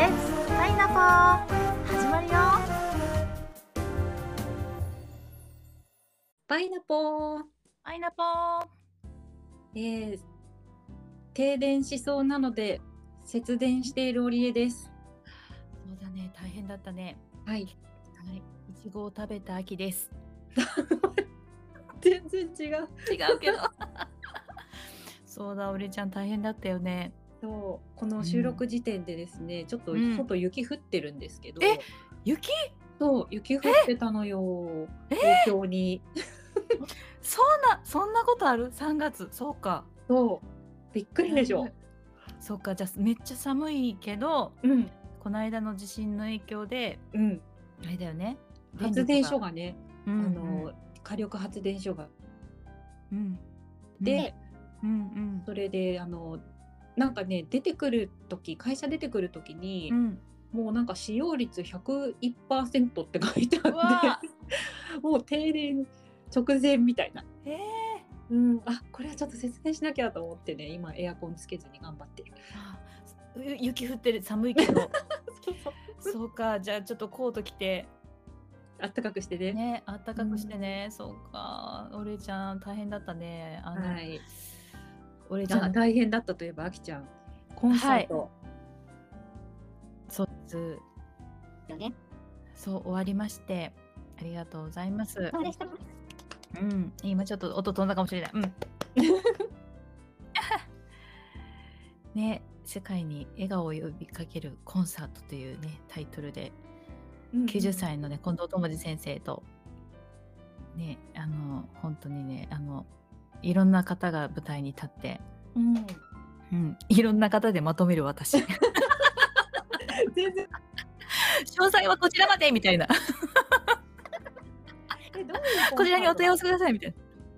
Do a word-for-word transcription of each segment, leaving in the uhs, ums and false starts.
レッツパイナポー始まるよ。 パイナポー、 パイナポーえー、停電しそうなので節電している織江です。 そうだね、大変だったね。 はい、 はい、いちごを食べた秋です。 全然違う。 違うけどそうだ、俺ちゃん大変だったよね。 そうこの収録時点でですね、ちょっとうん外雪降ってるんですけど、 え雪そう雪降ってたのよ、東京に。 そんなそんなことある？さんがつ、そうか。 そうびっくりでしょ。 そうか、じゃあめっちゃ寒いけど、 うん、 この間の地震の影響で、 うん、 あれだよね、 発電所がね、 うんうん、 あの火力発電所が、 うん、 で、 うんうん、 それであのなんかね出てくる時会社出てくる時に、 うん、 もうなんか使用率 ひゃくいちパーセント って書いてあってもう停電直前みたいな、 えーうん、あこれはちょっと節電しなきゃと思ってね、今エアコンつけずに頑張ってる。 あ雪降ってる、寒いけどそうそうそうか、じゃあちょっとコート着てあったかくしてね。 ね、あったかくしてね、うん、そうか、俺ちゃん大変だったね。あの、はい、 俺ちゃん大変だったといえば、あきちゃんコンサート、はい、 そうですよね。そう終わりまして、ありがとうございます。そうでした。うん、今ちょっと音飛んだかもしれない。うんね、世界に笑顔を呼びかけるコンサートというねタイトルで、うんうん、きゅうじゅっさいのね近藤智次先生とね、あの本当にね、あのいろんな方が舞台に立って、うんうん、いろんな方でまとめる私全然詳細はこちらまでみたいなえどういうこちらにお問い合わせくださいみたいな。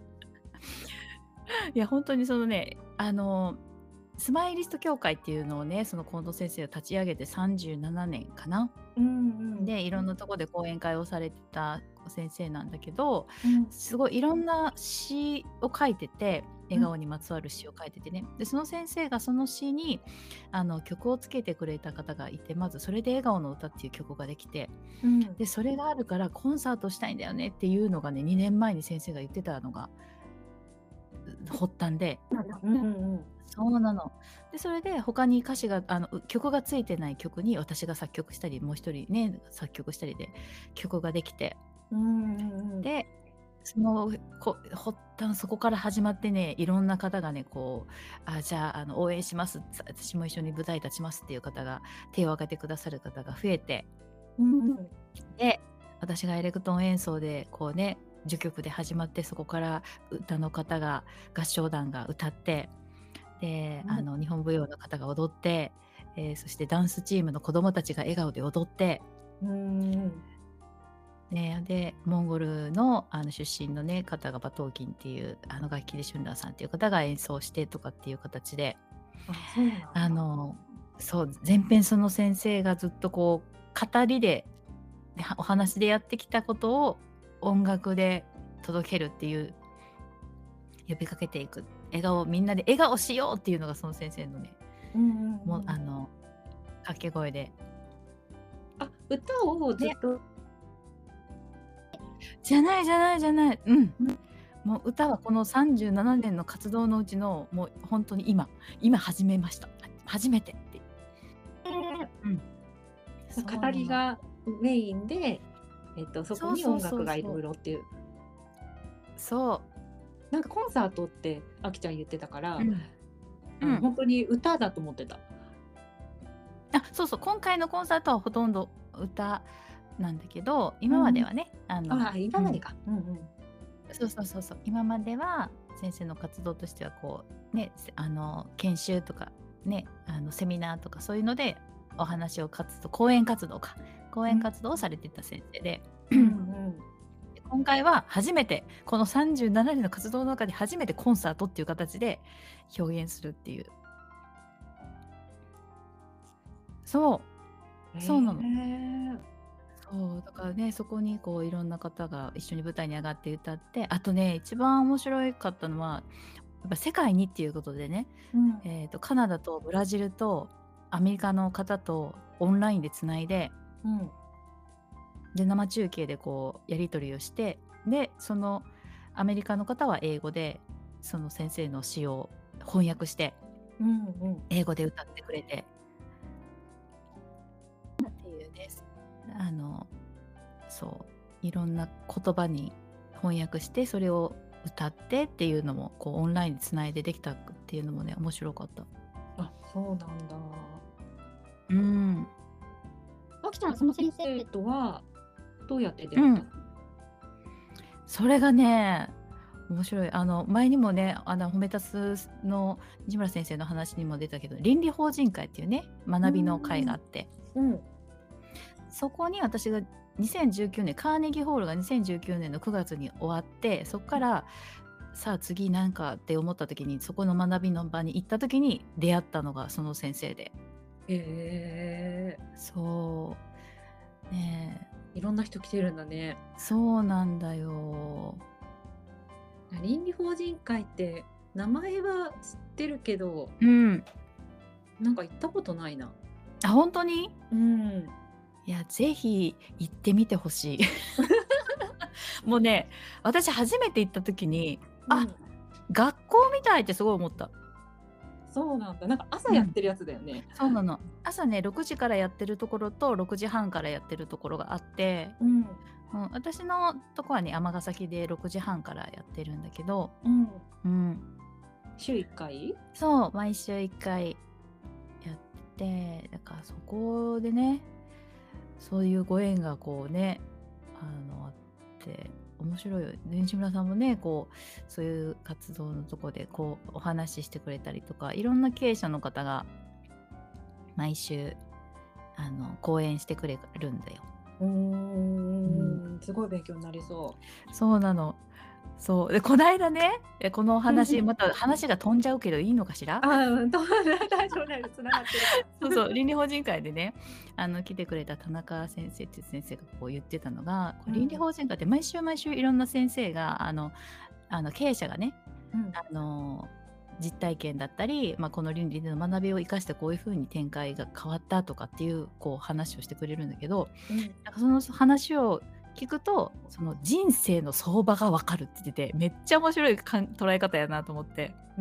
いや本当にそのね、あのスマイリスト協会っていうのをね、その近藤先生が立ち上げてさんじゅうななねんかな、うんうん、でいろんなとこで講演会をされてた先生なんだけど、うん、すごいいろんな詩を書いてて、笑顔にまつわる詩を書いててね、でその先生がその詩にあの曲をつけてくれた方がいて、まずそれで笑顔の歌っていう曲ができて、うん、でそれがあるからコンサートしたいんだよねっていうのがね、にねんまえに先生が言ってたのが発端で、うんうんうん、そうなの。でそれで他に歌詞があの曲がついてない曲に私が作曲したり、もう一人ね作曲したりで曲ができて、うんうんうん、でそのこ発端そこから始まってね、いろんな方がねこうあじゃあ、あの応援します、私も一緒に舞台立ちますっていう方が手を挙げてくださる方が増えて、うんうん、で私がエレクトーン演奏でこうね序曲で始まって、そこから歌の方が合唱団が歌って、で、うん、あの日本舞踊の方が踊って、えー、そしてダンスチームの子どもたちが笑顔で踊って、うんね、でモンゴル の, あの出身の、ね、方がバトーキンっていうあの楽器でシュンダーさんっていう方が演奏してとかっていう形で、あそうなんだ、あのそう前編その先生がずっとこう語りでお話でやってきたことを音楽で届けるっていう、呼びかけていく、笑顔、みんなで笑顔しようっていうのがその先生のね、うんうんうん、もうあの掛け声で、 あ歌をずっと、ね、 じゃないじゃないじゃない、うん、うん、もう歌はこのさんじゅうななねんの活動のうちのもう本当に今今始めました、初めてって、 うん、語りがメインで、えっと、そこに音楽がいろいろっていう。 そうなんかコンサートってあきちゃん言ってたから、うん、あの、 うん、 本当に歌だと思ってた。 あ、そうそう、今回のコンサートはほとんど歌なんだけど、今まではね、 うん、あのあ今までか、うんうんうん、 そうそうそうそう、今までは先生の活動としてはこうね、あの研修とかね、あのセミナーとかそういうのでお話を活動、講演活動か講演活動をされてた先生で、うんうん今回は初めてこのさんじゅうななねんの活動の中で初めてコンサートっていう形で表現するっていう、そうそうなの、そうだからね、そこにこういろんな方が一緒に舞台に上がって歌って、あとね一番面白かったのはやっぱ世界にっていうことでね、うんえー、とカナダとブラジルとアメリカの方とオンラインでつないで、 うん。 で生中継でこうやり取りをして、でそのアメリカの方は英語でその先生の詩を翻訳してうんうん。 英語で歌ってくれてっていうです。あのそういろんな言葉に翻訳してそれを歌ってっていうのもこうオンラインでつないでできたっていうのもね面白かった。 あ、そうなんだ。 うん。 あきちゃん、その先生とはどうやって出う会ったの？ ん。それがね面白い。あの前にもねあの褒めたすの西村先生の話にも出たけど倫理法人会っていうね学びの会があって、 うん。 そこに私がにせんじゅうきゅうねんカーネギーホールがにせんじゅうきゅうねんのくがつに終わって、そこからさあ次なんかって思った時にそこの学びの場に行った時に出会ったのがその先生で。 へえ。 そうねいろんな人来てるんだね。 えそうなんだよ。 倫理法人会って名前は知ってるけど、 うん。 なんか行ったことないな。 あ本当に？ うん。 いやぜひ行ってみてほしい。もうね私初めて行った時に、あ、 うん、 学校みたいってすごい思った。 そうなんだ。なんか朝やってるやつだよね。 そうなの。朝ねろくじからやってるところとろくじはんからやってるところがあって、 うん。 うん、私のとこはね尼崎でろくじはんからやってるんだけど、 うん。 うん、 週いっかい？ そう毎週いっかいやって、だからそこでねそういうご縁がこうねあのあって面白いよ。で西村さんもねこうそういう活動のとこでこうお話ししてくれたりとか、いろんな経営者の方が毎週あの講演してくれるんだよ。 うーうんん、すごい勉強になりそそうなの。そうでこの間ねえこのう。 話また話が飛んじゃうけどいいのかしら？ あ、うん、どう大丈夫大丈夫、つながってるから。 そうそう倫理法人会でねあの来てくれた田中先生っていう先生がこう言ってたのが、こう倫理法人会って毎週毎週いろんな先生があのあの経営者がね、 うん、 あの実体験だったり、まあ、この倫理での学びを生かしてこういうふうに展開が変わったとかっていうこう話をしてくれるんだけど、 うん、 なんかその話を聞くとその人生の相場が分かるって言ってて、めっちゃ面白いかん捉え方やなと思って。 うん、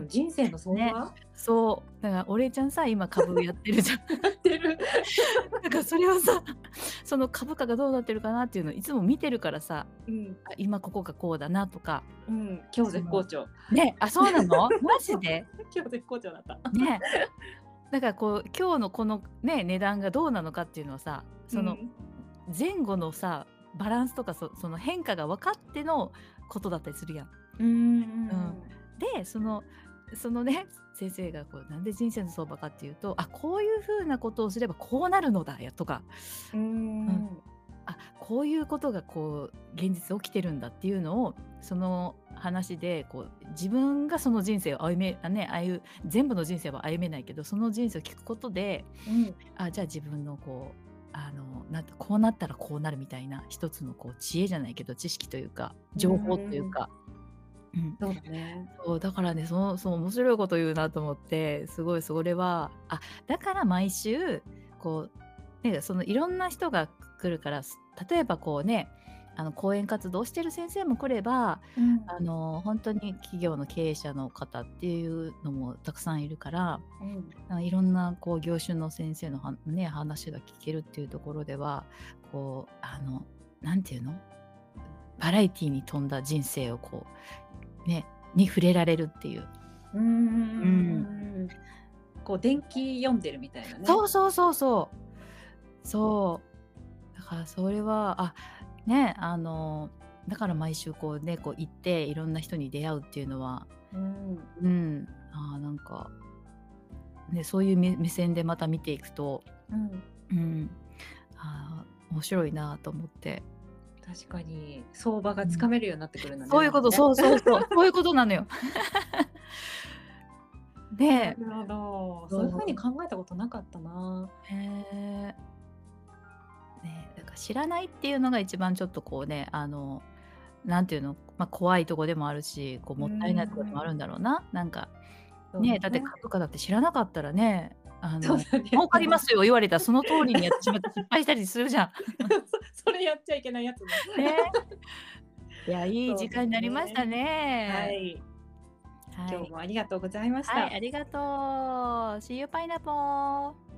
人生の相ね、 場？ そうだからお礼ちゃんさ今株やってるじゃん。 やってる。 なんかそれをさその株価がどうなってるかなっていうのをいつも見てるからさ、 うん、 あ今ここがこうだなとか。 うん、今日絶好調。 ねあそうなのマジで今日絶好調だった。 ねだからこう今日のこのね値段がどうなのかっていうのをさ、その前後のさバランスとか そ, その変化が分かってのことだったりするやん。 うん、うん、 うん、でそのそのね先生がこうなんで人生の相場かっていうと、あこういうふうなことをすればこうなるのだよとか、 うん、 うん、あこういうことがこう現実起きてるんだっていうのをその話でこう自分がその人生を歩めあねああいう全部の人生は歩めないけどその人生を聞くことで、 うん、 あじゃあ自分のこうあのなこうなったらこうなるみたいな一つのこう知恵じゃないけど知識というか情報というか、うん、 そうだね。 そうだからねそのそう面白いこと言うなと思って、すごいそれはあだから毎週こう、ね、そのいろんな人が来るから、例えばこうねあの講演活動してる先生も来れば、 うん、 あの本当に企業の経営者の方っていうのもたくさんいるから、 うん、 あいろんなこう業種の先生のは、ね、話が聞けるっていうところではこうあのなんていうのバラエティに富んだ人生をこうねに触れられるっていう。 うん、うん、こう電気読んでるみたいなね。 そうそうそうそうそうだからそれはあねあのだから毎週こうねこう行っていろんな人に出会うっていうのは、 うん、 うん、あなんかねそういう目目線でまた見ていくと、 うん、 うん、あ面白いなと思って。 確かに相場がつかめるようになってくるんだね。 そういうこと、 ね、 そうそうそうそういうことなのよ。で、 なるほど。そういう風に考えたことなかったな。 へえ。ね、だから知らないっていうのが一番ちょっとこうね、あの、なんていうの、まあ、怖いとこでもあるし、こうもったいないとこでもあるんだろうな。なんか、ね、だって株価だって知らなかったらね、 あのそうだね。 「儲かりますよ」言われたらその通りにやってしまって失敗したりするじゃん。 そそれやっちゃいけないやつね。 ね。いや、いい時そうです間になりましたね。はね。 い。 はい。 今日もありがとうございましはい、 た。 ありがとう。See you pineapple.